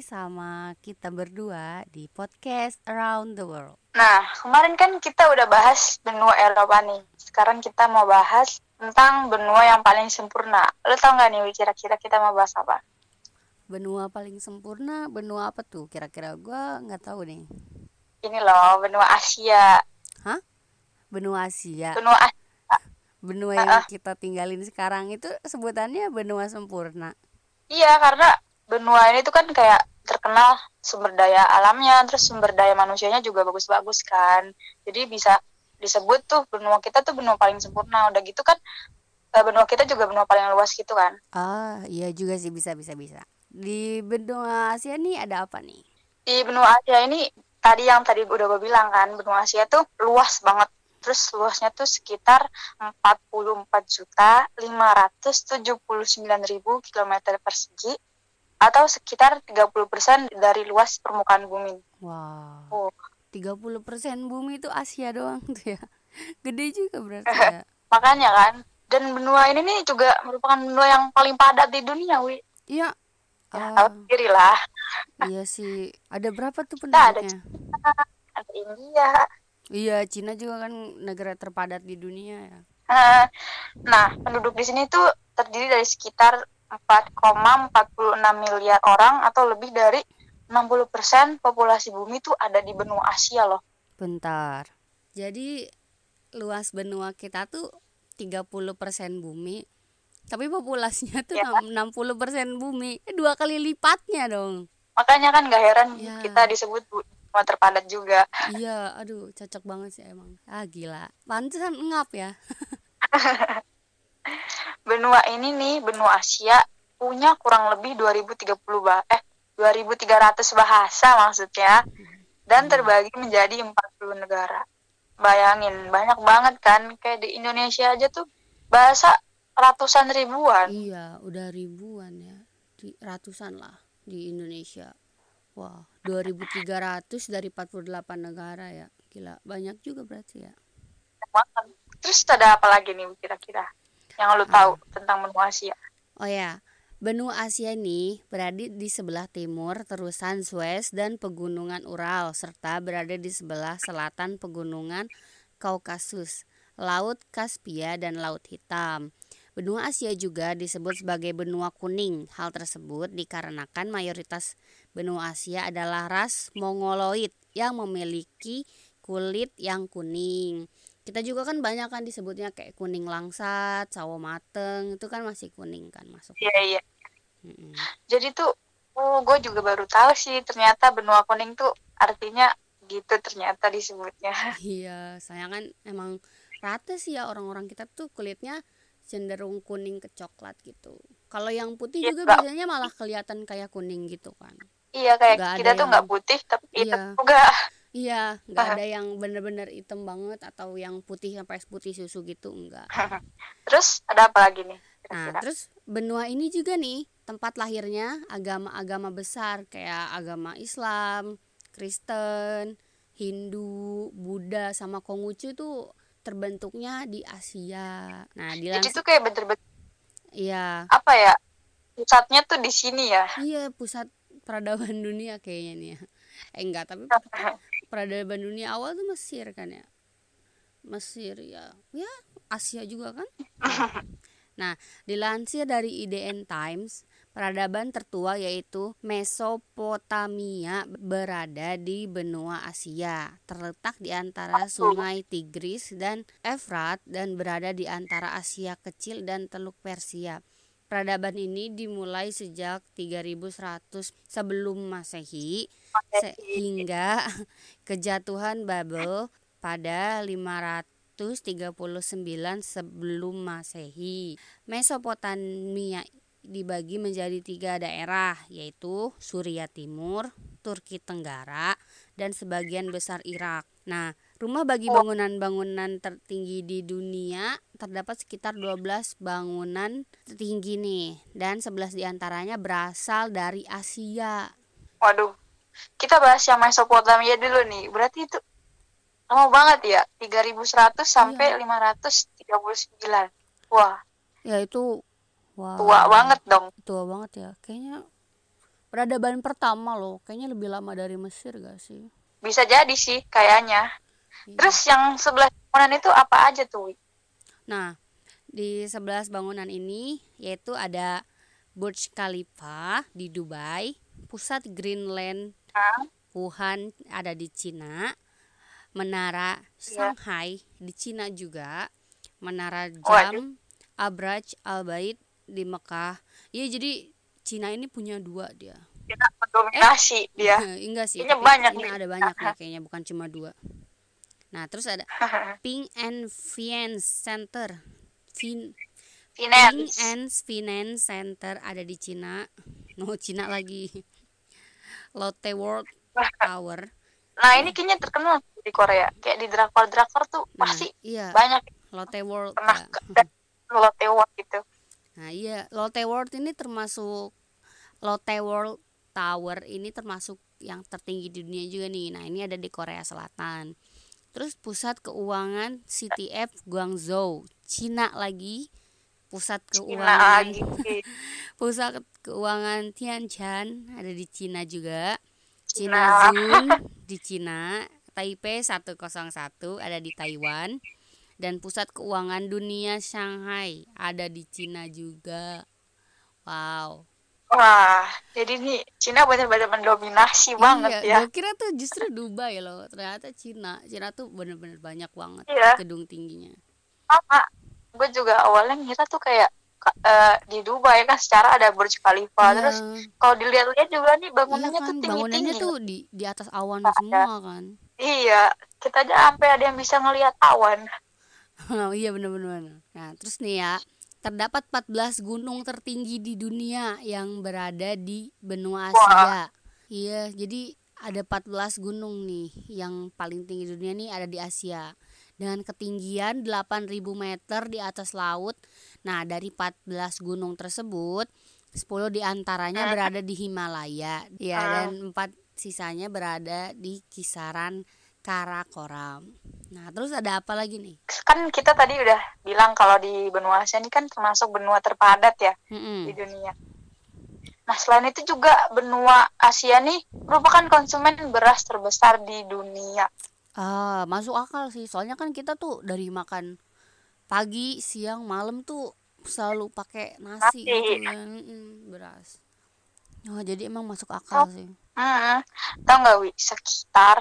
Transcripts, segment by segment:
sama kita berdua di podcast Around the World. Nah, kemarin kan kita udah bahas benua Eropa nih. Sekarang kita mau bahas tentang benua yang paling sempurna. Lo tau gak nih kira-kira kita mau bahas apa? Benua paling sempurna, benua apa tuh? Kira-kira gue nggak tahu nih. Ini loh, benua Asia. Hah? Benua Asia? Benua Asia. Benua yang kita tinggalin sekarang itu sebutannya benua sempurna. Iya, karena benua ini tuh kan kayak terkenal sumber daya alamnya, terus sumber daya manusianya juga bagus-bagus kan. Jadi bisa disebut tuh benua kita tuh benua paling sempurna. Udah gitu kan benua kita juga benua paling luas gitu kan. Ah, iya juga sih, bisa. Di benua Asia nih ada apa nih? Di benua Asia ini tadi udah gue bilang kan, benua Asia tuh luas banget. Terus luasnya tuh sekitar 44.579.000 km persegi atau sekitar 30% dari luas permukaan bumi. Wow. 30% bumi itu Asia doang tuh ya. Gede juga berarti ya. Makanya kan. Dan benua ini nih juga merupakan benua yang paling padat di dunia, Wi. Iya. Tahu sendiri lah. Iya sih. Ada berapa tuh Ada penduduknya? China, ada India. Iya, Cina juga kan negara terpadat di dunia ya. Nah, penduduk di sini tuh terdiri dari sekitar 4,46 miliar orang atau lebih dari 60% populasi bumi tuh ada di benua Asia loh. Bentar. Jadi luas benua kita tuh 30% bumi, tapi populasinya tuh Ya. 60% bumi. 2 kali lipatnya dong. Makanya kan gak heran Ya. kita disebut benua terpadat juga. Iya, aduh cocok banget sih emang. Gila. Pantesan ngap ya. Benua ini nih, benua Asia punya kurang lebih 2300 bahasa maksudnya, dan terbagi menjadi 40 negara. Bayangin, banyak banget kan, kayak di Indonesia aja tuh bahasa ratusan ribuan. Iya, udah ribuan ya. Ratusan lah di Indonesia. Wah, 2300 dari 48 negara ya. Gila, banyak juga berarti ya. Terus ada apa lagi nih kira-kira yang lu tahu tentang benua Asia? Oh ya, benua Asia ini berada di sebelah timur terusan Suez dan pegunungan Ural, serta berada di sebelah selatan pegunungan Kaukasus, Laut Kaspia dan Laut Hitam. Benua Asia juga disebut sebagai benua kuning. Hal tersebut dikarenakan mayoritas benua Asia adalah ras Mongoloid yang memiliki kulit yang kuning. Kita juga kan banyak kan disebutnya kayak kuning langsat, sawo mateng, itu kan masih kuning kan masuk. Iya. Jadi tuh gue juga baru tahu sih ternyata benua kuning tuh artinya gitu ternyata disebutnya. Iya, sayang kan emang rata sih ya orang-orang kita tuh kulitnya cenderung kuning ke coklat gitu. Kalau yang putih juga biasanya malah kelihatan kayak kuning gitu kan. Iya, kayak kita tuh nggak putih tapi hitam juga. Iya, nggak ada yang bener-bener hitam banget atau yang putih sampai putih susu gitu, enggak. Terus ada apa lagi nih kira-kira? Nah, terus benua ini juga nih tempat lahirnya agama-agama besar kayak agama Islam, Kristen, Hindu, Buddha sama Konghucu tuh terbentuknya di Asia. Nah, jadi tuh kayak bener-bener iya. Apa ya? Pusatnya tuh di sini ya. Iya, pusat peradaban dunia kayaknya nih ya. Enggak, tapi peradaban dunia awal tuh Mesir kan ya. Mesir ya. Ya, Asia juga kan. Nah, dilansir dari IDN Times, peradaban tertua yaitu Mesopotamia berada di benua Asia, terletak di antara sungai Tigris dan Efrat dan berada di antara Asia Kecil dan Teluk Persia. Peradaban ini dimulai sejak 3100 sebelum Masehi sehingga kejatuhan Babel pada 539 sebelum Masehi. Mesopotamia dibagi menjadi 3 daerah, yaitu Suria Timur, Turki Tenggara, dan sebagian besar Irak. Nah, rumah bagi bangunan-bangunan tertinggi di dunia terdapat sekitar 12 bangunan tertinggi nih, dan 11 diantaranya berasal dari Asia. Waduh, kita bahas yang Mesopotamia dulu nih. Berarti itu lama banget ya, 3100 sampai 539. Wah. Ya itu Tua banget dong. Tua banget ya. Kayaknya peradaban pertama loh, kayaknya lebih lama dari Mesir gak sih? Bisa jadi sih kayaknya. Iya. Terus yang sebelah bangunan itu apa aja tuh, Wi? Nah, di 11 bangunan ini yaitu ada Burj Khalifa di Dubai, pusat Greenland Hah? Wuhan ada di Cina, Menara Iya. Shanghai di Cina juga, Menara Waduh. Jam Abraj Al Bait di Mekah. Iya, jadi Cina ini punya 2 dia. Kita mendominasi dia. Enggak sih, Kayaknya tapi banyak ini nih. ada banyak nih kayaknya, bukan cuma 2. Nah, terus ada Ping and Finance Center. Ping Finance. and Finance Center ada di Cina. Cina lagi. Lotte World Tower. Nah, ini kayaknya terkenal di Korea. Kayak di drakor-drakor tuh Nah, pasti iya. banyak Lotte World pernah ya. ke Lotte World gitu. Nah, iya, Lotte World ini termasuk Lotte World Tower ini termasuk yang tertinggi di dunia juga nih. Nah, ini ada di Korea Selatan. Terus pusat keuangan CTF Guangzhou, Cina lagi. Pusat keuangan pusat keuangan Tianjin ada di Cina juga. Cina Zun di Cina, Taipei 101 ada di Taiwan, dan pusat keuangan dunia Shanghai ada di Cina juga. Wow. Wah, jadi nih Cina benar-benar mendominasi banget ya. Gue kira tuh justru Dubai loh, ternyata Cina tuh bener-bener banyak banget Iya. gedung tingginya. Sama, gue juga awalnya ngira tuh kayak di Dubai kan secara ada Burj Khalifa. Iya. Terus kalau dilihat-lihat juga nih bangunannya Iya kan, tuh bangunannya tinggi-tinggi. tuh di atas awan semua kan. Iya, kita aja sampai ada yang bisa ngelihat awan. Iya bener-bener. Nah, terus nih ya, terdapat 14 gunung tertinggi di dunia yang berada di benua Asia. Iya, jadi ada 14 gunung nih yang paling tinggi di dunia nih ada di Asia. Dengan ketinggian 8.000 meter di atas laut. Nah, dari 14 gunung tersebut, 10 diantaranya berada di Himalaya. Ya, dan 4 sisanya berada di kisaran Karakoram. Nah, terus ada apa lagi nih? Kan kita tadi udah bilang kalau di benua Asia ini kan termasuk benua terpadat ya di dunia. Nah, selain itu juga benua Asia nih merupakan konsumen beras terbesar di dunia. Masuk akal sih. Soalnya kan kita tuh dari makan pagi, siang, malam tuh selalu pakai nasi gitu kan, beras. Oh, jadi emang masuk akal sih. Tahu nggak, Wi? Sekitar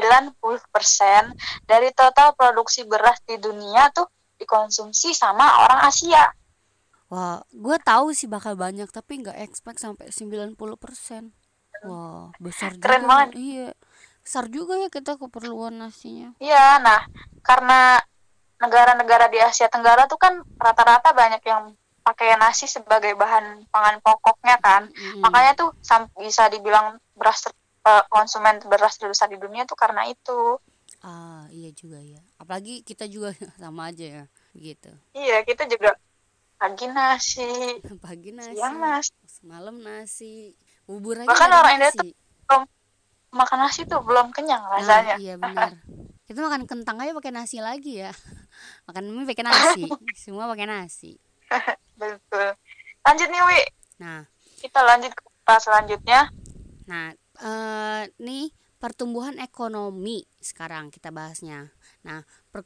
90% dari total produksi beras di dunia tuh dikonsumsi sama orang Asia. Wah, gue tahu sih bakal banyak, tapi nggak expect sampai 90%. Wah, besar juga. Keren banget. Iya, besar juga ya kita keperluan nasinya. Iya, nah karena negara-negara di Asia Tenggara tuh kan rata-rata banyak yang pakai nasi sebagai bahan pangan pokoknya kan. Makanya tuh bisa dibilang konsumen beras terbesar di dunia tuh karena itu. Iya juga ya. Apalagi kita juga sama aja ya, gitu. Iya, kita juga pagi nasi, siang nasi, malam nasi, bubur aja. Bahkan orang Indonesia tuh belum makan nasi tuh belum kenyang rasanya. Nah, iya benar. Kita makan kentang aja pakai nasi lagi ya. Makan mie pakai nasi, semua pakai nasi. Betul. Lanjut nih, Wi. Nah, kita lanjut ke selanjutnya. Nah, nih pertumbuhan ekonomi sekarang kita bahasnya. Nah,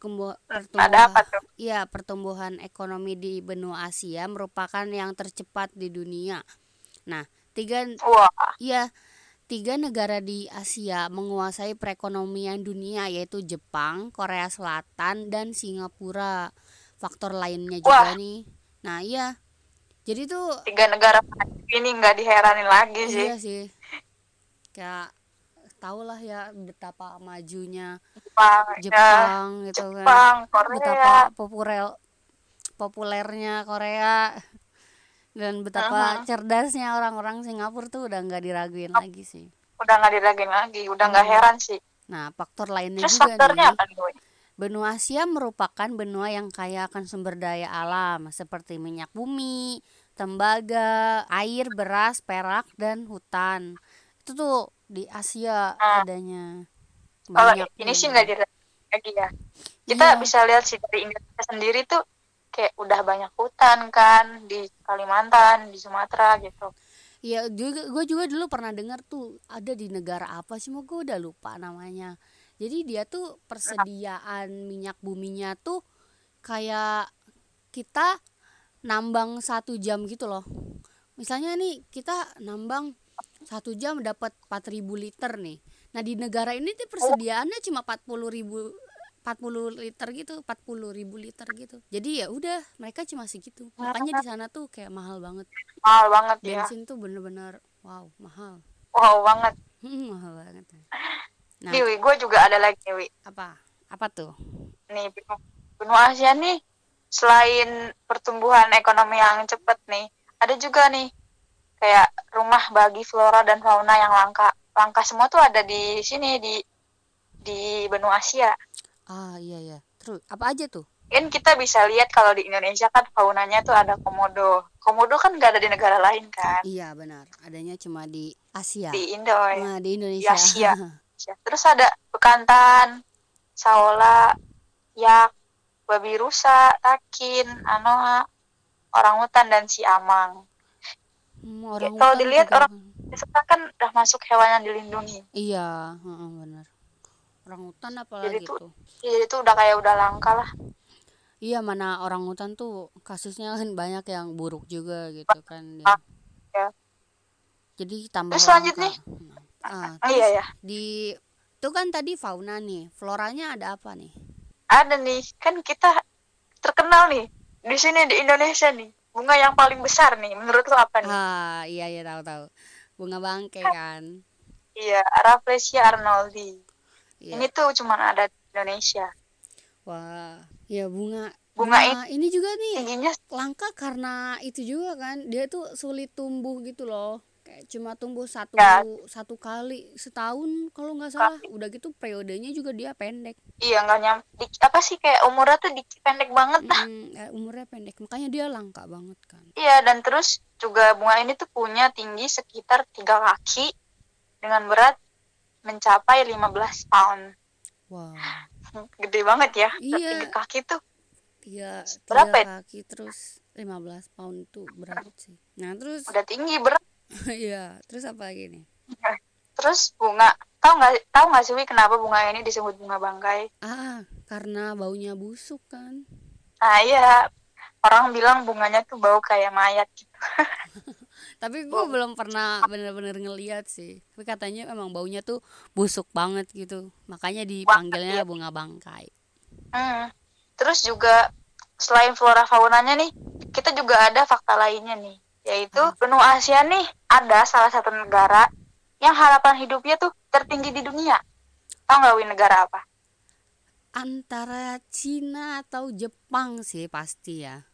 pertumbuhan ekonomi di benua Asia merupakan yang tercepat di dunia. Nah, tiga negara di Asia menguasai perekonomian dunia, yaitu Jepang, Korea Selatan, dan Singapura. Faktor lainnya juga nih. Nah, iya. Jadi tuh 3 negara ini nggak diheranin lagi sih. Iya sih. Kayak tahulah ya betapa majunya Jepang gitu kan. Korea. Betapa populernya Korea. Dan betapa cerdasnya orang-orang Singapura tuh udah nggak diraguin lagi sih. Udah nggak diraguin lagi, udah nggak heran sih. Nah, faktor lainnya terus juga faktornya nih. Apa nih? Benua Asia merupakan benua yang kaya akan sumber daya alam seperti minyak bumi, tembaga, air, beras, perak, dan hutan. Itu tuh di Asia adanya. Kalau ini sih nggak diraguin lagi ya. Kita bisa lihat sih dari Indonesia sendiri tuh kayak udah banyak hutan kan di Kalimantan, di Sumatera gitu. Ya juga gue juga dulu pernah dengar tuh ada di negara apa sih, mau gue udah lupa namanya. Jadi dia tuh persediaan minyak buminya tuh kayak kita nambang 1 jam gitu loh. Misalnya nih kita nambang 1 jam dapat 4.000 liter nih. Nah di negara ini tuh Oh, persediaannya cuma 40 liter gitu, 40.000 liter gitu. Jadi ya udah mereka cuma segitu. Makanya di sana tuh kayak mahal banget. mahal banget ya. Bensin tuh bener-bener wow mahal. Wow banget. Mahal banget. Nah Nih, Wi, gue juga ada lagi nih, Wi. apa tuh? Nih, benua Asia nih, selain pertumbuhan ekonomi yang cepat nih, ada juga nih kayak rumah bagi flora dan fauna yang langka. Langka semua tuh ada di sini di benua Asia. Iya ya. Terus apa aja tuh? Kan kita bisa lihat kalau di Indonesia kan faunanya tuh ada komodo. Komodo kan nggak ada di negara lain kan. Iya benar, adanya cuma di Asia. Di Indo ya. Nah, di Di Indonesia. Asia. Terus ada bekantan, saola, yak, babi rusa, takin, anoa, orangutan, dan siamang. Orang Kalau hutan dilihat juga. orang sekarang kan udah masuk hewan yang dilindungi. Iya, benar. Orang hutan Jadi apalagi tuh, tuh. jadi tuh udah kayak udah langka lah. Iya, mana orang hutan tuh kasusnya kan banyak yang buruk juga gitu kan dia. Ya. Jadi tambah Terus lanjut langka. nih. Terus Iya ya. di itu kan tadi fauna nih, floranya ada apa nih? Ada nih, kan kita terkenal nih di sini di Indonesia nih. Bunga yang paling besar nih, menurut lo apa nih? Iya tahu. Bunga bangkai kan. Iya, Rafflesia arnoldi. Ini Iya. tuh cuma ada di Indonesia. Wah, ya bunga Bunga ini ini juga nih tingginya langka karena itu juga kan, dia tuh sulit tumbuh gitu loh, kayak cuma tumbuh satu ya satu kali setahun kalau nggak salah, udah gitu periodenya juga dia pendek. iya nggak apa sih kayak umurnya tuh pendek banget dah. Umurnya pendek makanya dia langka banget kan. Iya, dan terus juga bunga ini tuh punya tinggi sekitar 3 kaki dengan berat mencapai 15 pound. Wow. Gede banget ya. Iya. 3 kaki tuh. Tiga Berapa ya? kaki terus 15 pound tuh berat sih. Nah terus Udah tinggi berat. iya terus apa lagi nih? Terus bunga, tahu nggak sih Wi, kenapa bunga ini disebut bunga bangkai? Karena baunya busuk kan. Nah iya, orang bilang bunganya tuh bau kayak mayat gitu. Tapi gue belum pernah bener-bener ngeliat sih. Tapi katanya emang baunya tuh busuk banget gitu. Makanya dipanggilnya Banget, ya. bunga bangkai. Terus juga selain flora faunanya nih, kita juga ada fakta lainnya nih, yaitu benua Asia nih ada salah satu negara yang harapan hidupnya tuh tertinggi di dunia. Tahu nggak Wi, negara apa? Antara Cina atau Jepang sih pasti ya.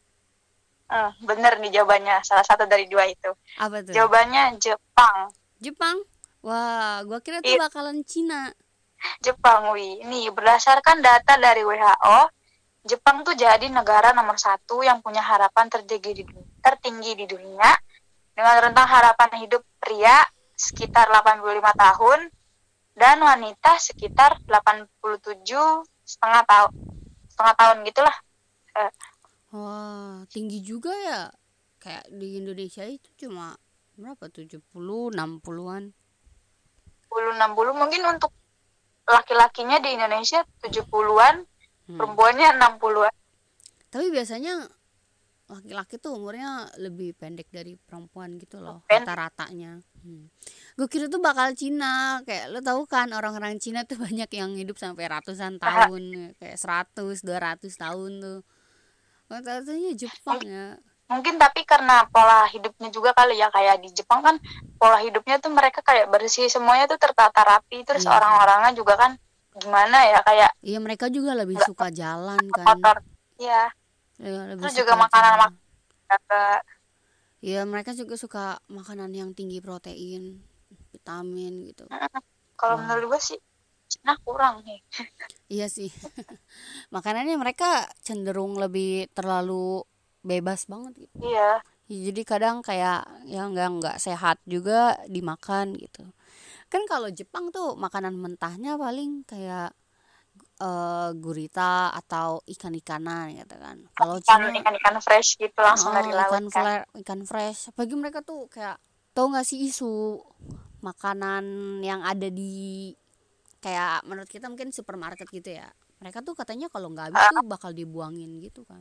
Bener nih jawabannya, salah satu dari dua itu. Apa tuh? Jawabannya Jepang. Jepang? Wah, gua kira tuh bakalan Cina. Jepang, Wi. Nih, berdasarkan data dari WHO, Jepang tuh jadi negara nomor 1 yang punya harapan tertinggi di dunia dengan rentang harapan hidup pria sekitar 85 tahun dan wanita sekitar 87,5 tahun gitulah. Wah, tinggi juga ya. Kayak di Indonesia itu cuma berapa? 70, 60-an. 60 mungkin untuk laki-lakinya di Indonesia 70-an, perempuannya 60-an. Tapi biasanya laki-laki tuh umurnya lebih pendek dari perempuan gitu loh, rata-ratanya. Gue kira tuh bakal Cina, kayak lo tahu kan orang-orang Cina tuh banyak yang hidup sampai ratusan tahun, kayak 100, 200 tahun tuh. Rata-ratanya Jepang ya. Mungkin tapi karena pola hidupnya juga kali ya, kayak di Jepang kan pola hidupnya tuh mereka kayak bersih, semuanya tuh tertata rapi, terus orang-orangnya juga kan gimana ya, kayak iya mereka juga lebih suka jalan kan. Kotor. Iya. Terus juga makanan iya mereka juga suka makanan yang tinggi protein, vitamin gitu. Kalau menurut gue sih Cina kurang nih. Iya sih. Makanannya mereka cenderung lebih terlalu bebas banget gitu. Iya. Jadi kadang kayak ya nggak sehat juga dimakan gitu. Kan kalau Jepang tuh makanan mentahnya paling kayak gurita atau ikan-ikanan gitu kan. Kalau Cina ikan fresh gitu langsung dari laut ikan fresh. Bagi mereka tuh kayak Tahu nggak sih isu makanan yang ada di kayak menurut kita mungkin supermarket gitu ya, mereka tuh katanya kalau nggak habis tuh bakal dibuangin gitu kan.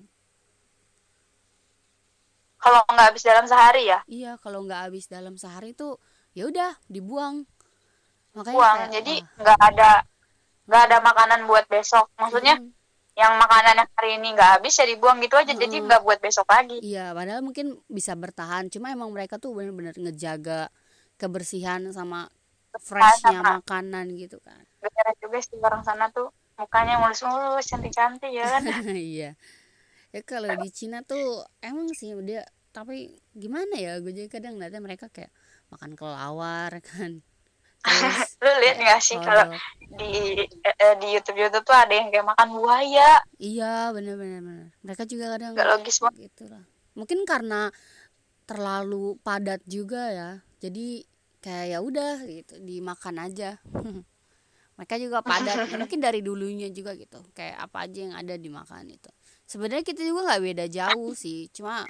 Kalau nggak habis dalam sehari ya? Iya, kalau nggak habis dalam sehari tuh ya udah dibuang. Makanya Buang. kayak Jadi wah. nggak ada makanan buat besok. Maksudnya Mm-mm. yang makanan yang hari ini nggak habis ya dibuang gitu aja. Jadi Mm-mm. nggak buat besok lagi. Iya, padahal mungkin bisa bertahan. Cuma emang mereka tuh benar-benar ngejaga kebersihan sama freshnya Sama makanan gitu kan. bener juga sih orang sana tuh mukanya mulus-mulus, cantik-cantik ya kan. Iya. Ya kalau di Cina tuh emang sih dia, tapi gimana ya, gue juga kadang ngeliatnya mereka kayak makan kelawar kan. Terus Lu lihat kayak nggak sih kalau hotdog. di YouTube tuh ada yang kayak makan buaya? Iya, bener-bener bener. Mereka juga Nggak kadang logis banget. gitu lah. Mungkin karena terlalu padat juga ya. Jadi kayak ya udah gitu dimakan aja. Mereka juga padat. Ya, mungkin dari dulunya juga gitu. Kayak apa aja yang ada dimakan itu. Sebenarnya kita juga nggak beda jauh sih. Cuma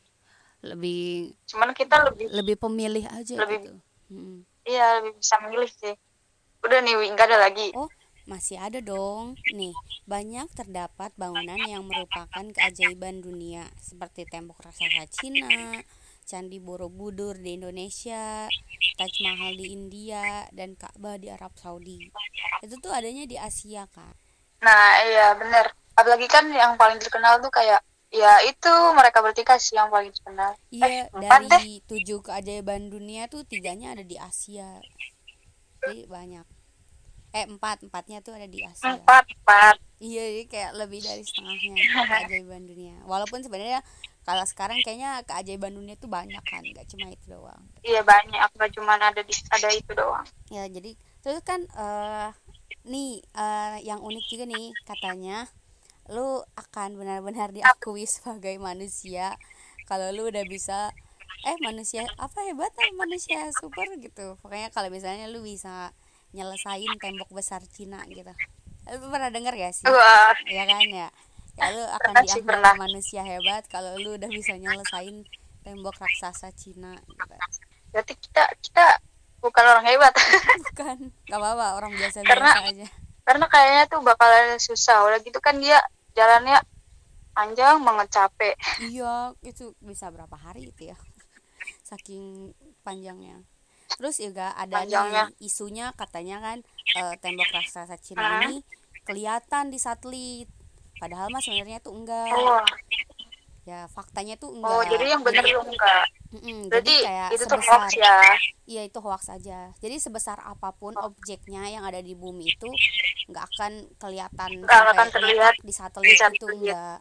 lebih Cuman kita lebih lebih pemilih aja lebih gitu. Hmm. iya lebih bisa memilih sih. Udah nih, Wi, nggak ada lagi. Oh, masih ada dong. Nih, banyak terdapat bangunan yang merupakan keajaiban dunia seperti tembok raksasa Cina, Candi Borobudur di Indonesia, Taj Mahal di India, dan Ka'bah di Arab Saudi. Itu tuh adanya di Asia kan. Nah, iya bener. Apalagi kan yang paling terkenal tuh kayak ya itu mereka bertiga sih yang paling terkenal. Iya, 4 deh. dari 7 keajaiban dunia tuh 3-nya ada di Asia. Jadi banyak. Empatnya tuh ada di Asia. 4. Iya, jadi kayak lebih dari setengahnya keajaiban dunia. Walaupun sebenarnya kalau sekarang kayaknya keajaiban dunia tuh banyak kan, nggak cuma itu doang. Iya banyak, nggak cuma ada itu doang. Ya jadi terus kan nih yang unik juga nih, katanya lu akan benar-benar diakui sebagai manusia kalau lu udah bisa manusia apa hebat, manusia super gitu. Pokoknya kalau misalnya lu bisa nyelesain tembok besar Cina gitu. Lu pernah dengar gak sih? Wah, Ya kan ya. Ya lu akan pernah sih dianggap pernah. manusia hebat kalau lu udah bisa nyelesain tembok raksasa Cina gitu. Berarti kita bukan orang hebat. Bukan, nggak apa-apa, orang karena biasa-biasa aja. karena kayaknya tuh bakalan susah. Udah gitu kan dia jalannya panjang banget, capek. Iya, itu bisa berapa hari itu ya, saking panjangnya. Terus juga ada Panjangnya. nih isunya katanya kan tembok raksasa Cina ini kelihatan di satelit, padahal mah sebenarnya tuh enggak. Oh, Ya faktanya tuh oh enggak. jadi yang bener Jadi tuh enggak. jadi Berarti kayak itu tuh sebesar, hoax ya. iya itu hoax aja. Jadi sebesar apapun objeknya yang ada di bumi itu nggak akan kelihatan Nggak sampai akan terlihat letak di di satelit itu, satelit. enggak.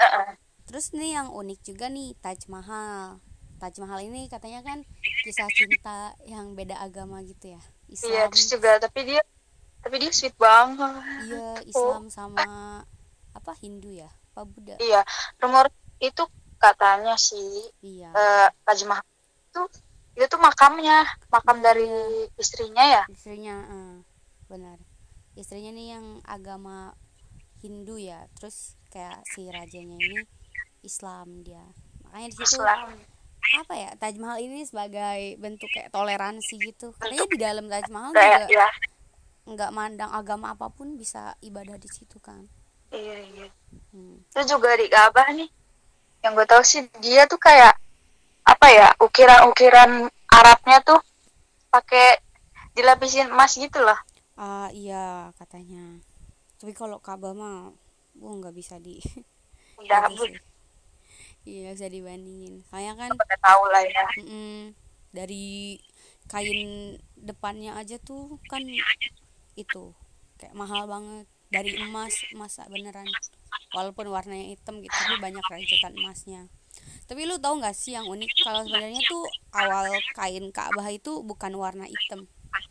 Terus nih yang unik juga nih Taj Mahal. Taj Mahal ini katanya kan kisah cinta yang beda agama gitu ya. Iya, Islam. terus juga tapi dia sweet banget. Iya, Oh, Islam sama apa Hindu ya? Apa Buddha? iya. Rumor itu katanya sih Iya. Taj Mahal itu tuh makam Nah, dari iya, istrinya ya. istrinya benar. Istrinya nih yang agama Hindu ya. Terus kayak si rajanya ini Islam dia. Makanya di situ Islam apa ya, Taj Mahal ini sebagai bentuk kayak toleransi gitu. Katanya untuk di dalam Taj Mahal kayak juga ya. nggak mandang agama apapun bisa ibadah di situ kan. Iya, iya. Hmm. Itu juga di Ka'bah nih. Yang gue tahu sih dia tuh kayak apa ya, ukiran-ukiran Arabnya tuh pakai dilapisin emas gitu loh. Iya katanya. Tapi kalau Ka'bah mah nggak bisa di Udah itu sih. Iya, nggak bisa dibandingin. Soalnya kan udah tahu lah ya. dari kain depannya aja tuh kan itu kayak mahal banget, dari emas beneran, walaupun warnanya hitam gitu tapi banyak rajutan emasnya. Tapi lu tahu nggak sih yang unik, kalau sebenarnya tuh awal kain Ka'bah itu bukan warna hitam.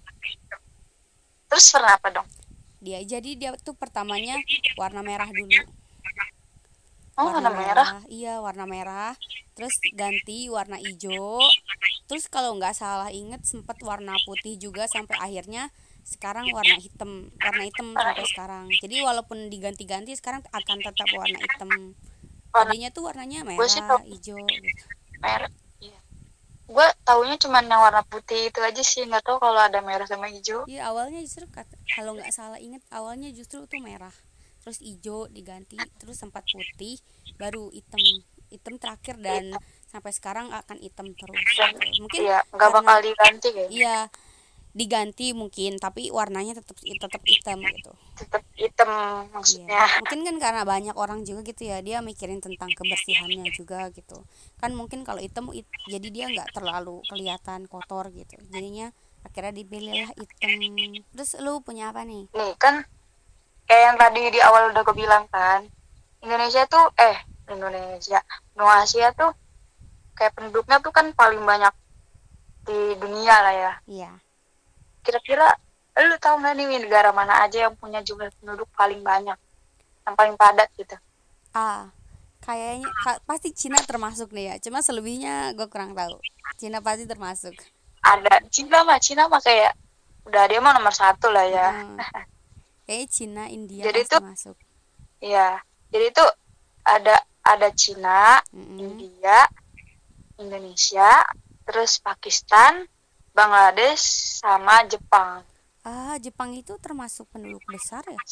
Terus warna apa dong? Dia tuh pertamanya warna merah dulu. Oh, warna merah. Iya, warna merah. Terus ganti warna hijau. Terus kalau nggak salah inget sempet warna putih juga sampai akhirnya sekarang warna hitam sampai sekarang. Jadi walaupun diganti-ganti sekarang akan tetap warna hitam. Warna Tadinya tuh warnanya gue sih merah, hijau gitu. merah. Iya. gue taunya cuman yang warna putih itu aja sih, nggak tahu kalau ada merah sama hijau. Iya, awalnya justru kalau nggak salah inget awalnya justru tuh merah, terus hijau diganti, terus sempat putih, baru hitam terakhir, dan Itu sampai sekarang akan hitam terus dan gitu. Mungkin iya nggak karena bakal diganti kayaknya, iya diganti mungkin, tapi warnanya tetap hitam gitu. tetap hitam Iya, maksudnya. mungkin kan karena banyak orang juga gitu ya, dia mikirin tentang kebersihannya juga gitu. Kan mungkin kalau hitam jadi dia nggak terlalu kelihatan kotor gitu. Jadinya akhirnya dipilihlah hitam. Terus lu punya apa nih? Nih kan kayak yang tadi di awal udah gue bilang kan, Indonesia tuh Indonesia benua Asia tuh kayak penduduknya tuh kan paling banyak di dunia lah ya. Iya. Kira-kira lu tahu nggak nih negara mana aja yang punya jumlah penduduk paling banyak, yang paling padat gitu? Kayaknya pasti Cina termasuk nih ya. Cuma selebihnya gue kurang tahu. Cina pasti termasuk. Ada Cina mah kayak udah dia mah nomor satu lah ya. Kayaknya Cina, India Jadi pasti tuh masuk. ya, jadi tuh ada Cina, Mm-mm. India, Indonesia, terus Pakistan, Bangladesh, sama Jepang. Jepang itu termasuk penduduk besar ya?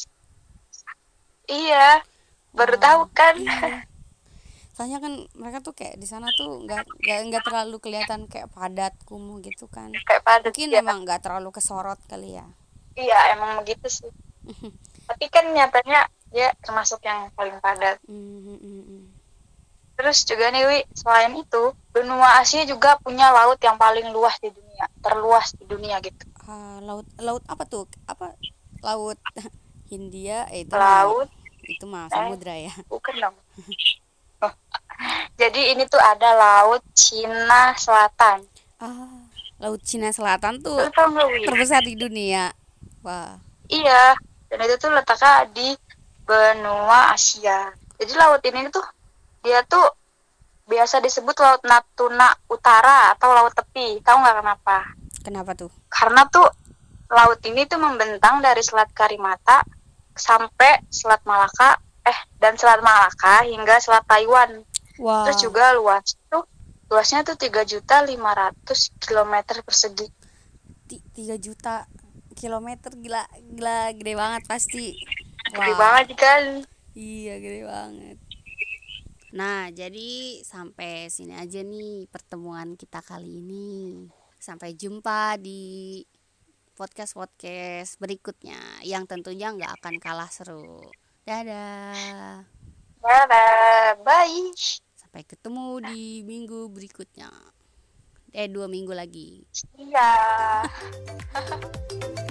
Iya, baru tahu kan? Iya. Soalnya kan mereka tuh kayak di sana tuh nggak terlalu kelihatan kayak padat kumuh gitu kan. Kayak padat Mungkin ya. emang nggak terlalu kesorot kali ya. Iya, emang begitu sih. Tapi kan nyatanya dia termasuk yang paling padat. Terus juga nih, Wi, selain itu, benua Asia juga punya laut yang paling luas di dunia, terluas di dunia gitu. Laut apa tuh? Apa laut Hindia? Laut, Itu mah samudra ya. bukan dong. Jadi ini tuh ada Laut Cina Selatan. Laut Cina Selatan tuh Lu tau nggak, Wi? terbesar di dunia. Wah. Iya, dan itu tuh letaknya di benua Asia. Jadi laut ini tuh dia tuh biasa disebut Laut Natuna Utara atau Laut Tepi. Tahu nggak kenapa? Kenapa tuh? Karena tuh laut ini tuh membentang dari Selat Karimata sampai Selat Malaka, dan Selat Malaka hingga Selat Taiwan. Wah. Terus juga luasnya tuh 3.500 kilometer persegi. 3 juta kilometer, gila gede banget pasti. Gede banget kan? Iya, gede banget. Nah, jadi sampai sini aja nih pertemuan kita kali ini. Sampai jumpa di podcast berikutnya yang tentunya nggak akan kalah seru. Dadah. Dadah, bye. Sampai ketemu di minggu berikutnya. 2 minggu lagi. Iya.